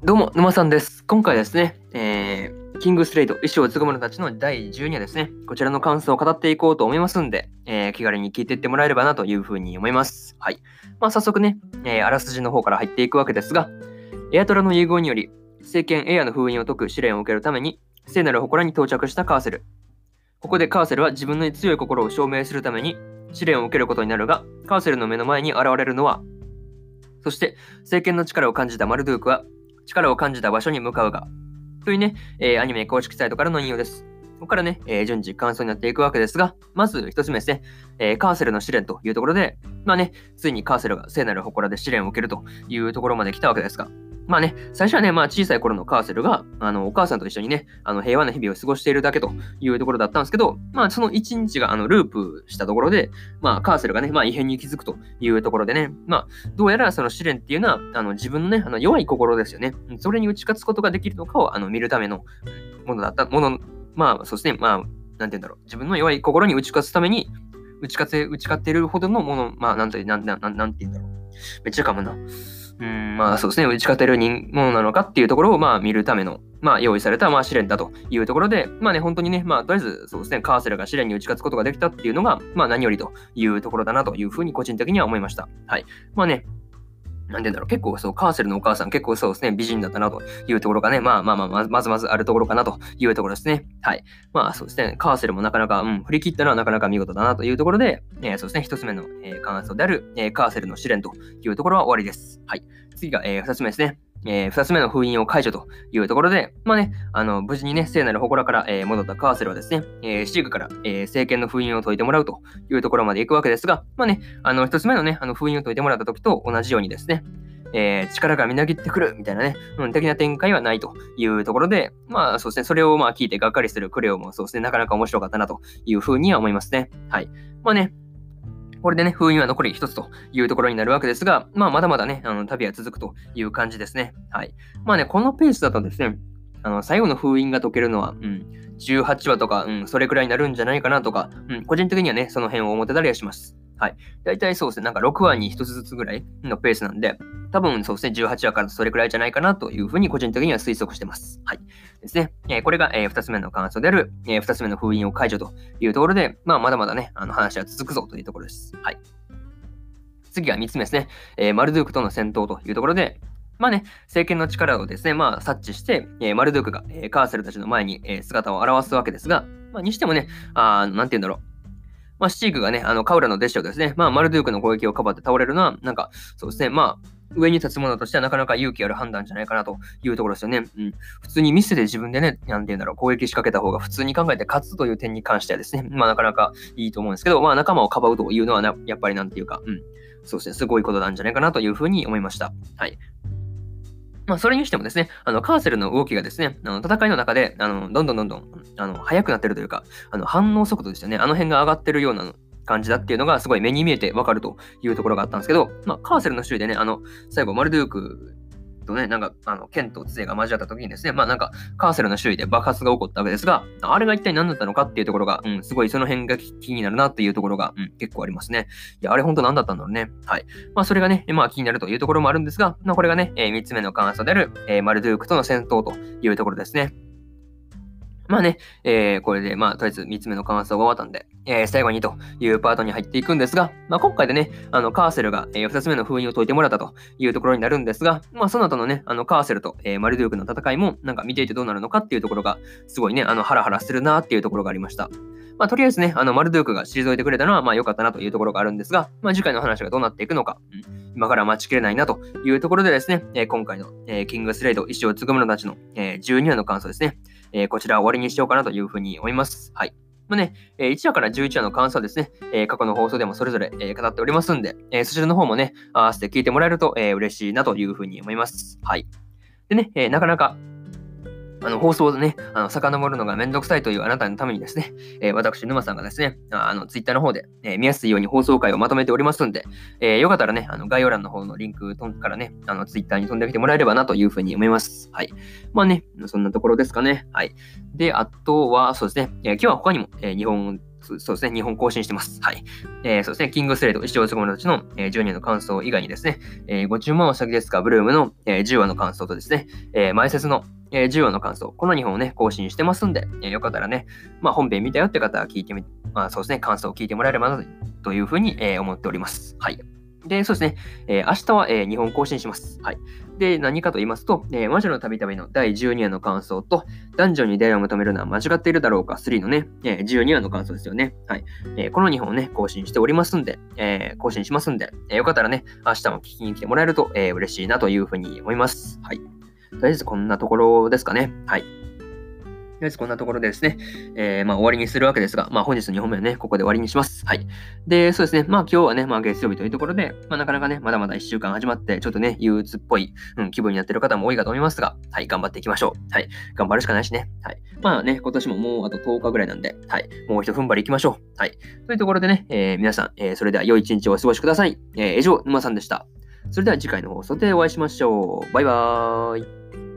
どうも、沼さんです。今回ですね、キングスレイド、意志を継ぐ者たちの第12話ですね、こちらの感想を語っていこうと思いますんで、気軽に聞いていってもらえればなというふうに思います。はい。早速ね、あらすじの方から入っていくわけですが、エアトラの融合により、聖剣エアの封印を解く試練を受けるために、聖なる祠に到着したカーセル。ここでカーセルは自分の強い心を証明するために試練を受けることになるが、カーセルの目の前に現れるのは、そして聖剣の力を感じたマルドゥークは、力を感じた場所に向かうが、というね、アニメ公式サイトからの引用です。ここからね、順次感想になっていくわけですが、まず一つ目ですね、カーセルの試練というところで、ついにカーセルが聖なる祠で試練を受けるというところまで来たわけですが、最初はね、小さい頃のカーセルが、お母さんと一緒にね、平和な日々を過ごしているだけというところだったんですけど、その一日が、ループしたところで、カーセルがね、異変に気づくというところでね、どうやらその試練っていうのは、自分のね、弱い心ですよね。それに打ち勝つことができるのかを、見るためのものだった、そうですね、なんて言うんだろう、自分の弱い心に打ち勝つために、打ち勝っているほどのもの、なんて言うんだろう。めっちゃ噛むな。そうですね、打ち勝てるものなのかっていうところを、見るための、用意された、試練だというところで、本当にね、とりあえず、そうですね、カーセルが試練に打ち勝つことができたっていうのが、何よりというところだなというふうに個人的には思いました。はい。なんて言うんだろう、結構そう、カーセルのお母さん、結構そうですね、美人だったなというところがね、まずあるところかなというところですね。はい。そうですね、カーセルもなかなか、振り切ったのはなかなか見事だなというところで、そうですね、一つ目の、感想である、カーセルの試練というところは終わりです。はい。次が、二つ目ですね。二つ目の封印を解除というところで、無事にね、聖なる祠から、戻ったカーセルはですね、シーグから、聖剣の封印を解いてもらうというところまで行くわけですが、一つ目のね、封印を解いてもらった時と同じようにですね、力がみなぎってくるみたいなね、的な展開はないというところで、そうですね、それを聞いてがっかりするクレオもそうですね、なかなか面白かったなというふうには思いますね。はい。これでね、封印は残り一つというところになるわけですが、まだまだね、旅は続くという感じですね。はい。このペースだとですね、最後の封印が解けるのは、18話とか、それくらいになるんじゃないかなとか、個人的にはね、その辺を思ってたりはします。はい。大体そうですね、なんか6話に1つずつぐらいのペースなんで、多分そうですね、18話からそれくらいじゃないかなというふうに個人的には推測してます。はい。ですね。これが、2つ目の感想である、2つ目の封印を解除というところで、まだまだね、話は続くぞというところです。はい。次が3つ目ですね。マルドゥークとの戦闘というところで、聖剣の力をですね、察知して、マルドゥークが、カーセルたちの前に、姿を現すわけですが、にしてもね、なんて言うんだろう。シチークがね、カウラの弟子をですね、マルドゥークの攻撃をかばって倒れるのは、なんか、そうですね、上に立つ者としてはなかなか勇気ある判断じゃないかなというところですよね。普通にミスで自分でね、なんて言うんだろう、攻撃仕掛けた方が普通に考えて勝つという点に関してはですね、なかなかいいと思うんですけど、仲間をかばうというのはやっぱりなんていうか、そうですね、すごいことなんじゃないかなというふうに思いました。はい。それにしてもですね、カーセルの動きがですね、戦いの中で、どんどん、速くなってるというか、反応速度ですよね、あの辺が上がってるような感じだっていうのがすごい目に見えてわかるというところがあったんですけど、カーセルの周囲でね、最後、マルドゥークとね、剣と杖が交わった時にですね、カーセルの周囲で爆発が起こったわけですが、あれが一体何だったのかっていうところが、すごいその辺が気になるなっていうところが、結構ありますね。いや、あれ本当何だったんだろうね。はい。それがね、気になるというところもあるんですが、これがね、3つ目の感想である、マルドゥークとの戦闘というところですね。これで、とりあえず3つ目の感想が終わったんで、最後にというパートに入っていくんですが、今回でね、カーセルが、2つ目の封印を解いてもらったというところになるんですが、その後のね、カーセルと、マルドゥークの戦いも、見ていてどうなるのかっていうところが、すごいね、ハラハラするなっていうところがありました。とりあえずね、マルドゥークが退いてくれたのは、良かったなというところがあるんですが、次回の話がどうなっていくのか、今から待ちきれないなというところでですね、今回の、キングスレイド、意志を継ぐ者たちの、12話の感想ですね、こちら終わりにしようかなというふうに思います。はい。1話から11話の感想はですね、過去の放送でもそれぞれ、語っておりますんで、そちらの方もね、合わせて聞いてもらえると、嬉しいなというふうに思います。はい。でね、なかなか放送でね、遡るのがめんどくさいというあなたのためにですね、私、沼さんがですね、ツイッターの方で、見やすいように放送回をまとめておりますんで、よかったらね、概要欄の方のリンクからね、ツイッターに飛んできてもらえればなというふうに思います。はい。そんなところですかね。はい。で、あとは、そうですね、今日は他にも、2本そうですね、2本更新してます。はい。そうですね、キングスレイド、石尾つぐもたちの、12話の感想以外にですね、50万お先ですか、ブルームの、10話の感想とですね、前説の、10話の感想、この2本をね、更新してますんで、よかったらね、まあ、本編見たよって方は聞いてみ、まあ、そうですね、感想を聞いてもらえればなというふうに、思っております。はい。で、そうですね、明日は、2本更新します。はい。で、何かと言いますと、魔女のたびたびの第12話の感想と、男女に出会いを求めるのは間違っているだろうか3のね、12話の感想ですよね。はい。この2本をね、更新しておりますんで、更新しますんで、よかったらね、明日も聞きに来てもらえると、嬉しいなというふうに思います。はい。とりあえずこんなところですかね。はい。とりあえずこんなところでですね、まあ終わりにするわけですが、まあ本日2本目はね、ここで終わりにします。はい。で、そうですね、まあ今日はね、まあ月曜日というところで、まあなかなかね、まだまだ1週間始まって、ちょっとね、憂鬱っぽい、気分になってる方も多いかと思いますが、はい、頑張っていきましょう。はい。頑張るしかないしね。はい。まあね、今年ももうあと10日ぐらいなんで、はい。もう一踏ん張りいきましょう。はい。というところでね、皆さん、それでは良い一日をお過ごしください。以上、沼さんでした。それでは次回の放送でお会いしましょう。バイバーイ。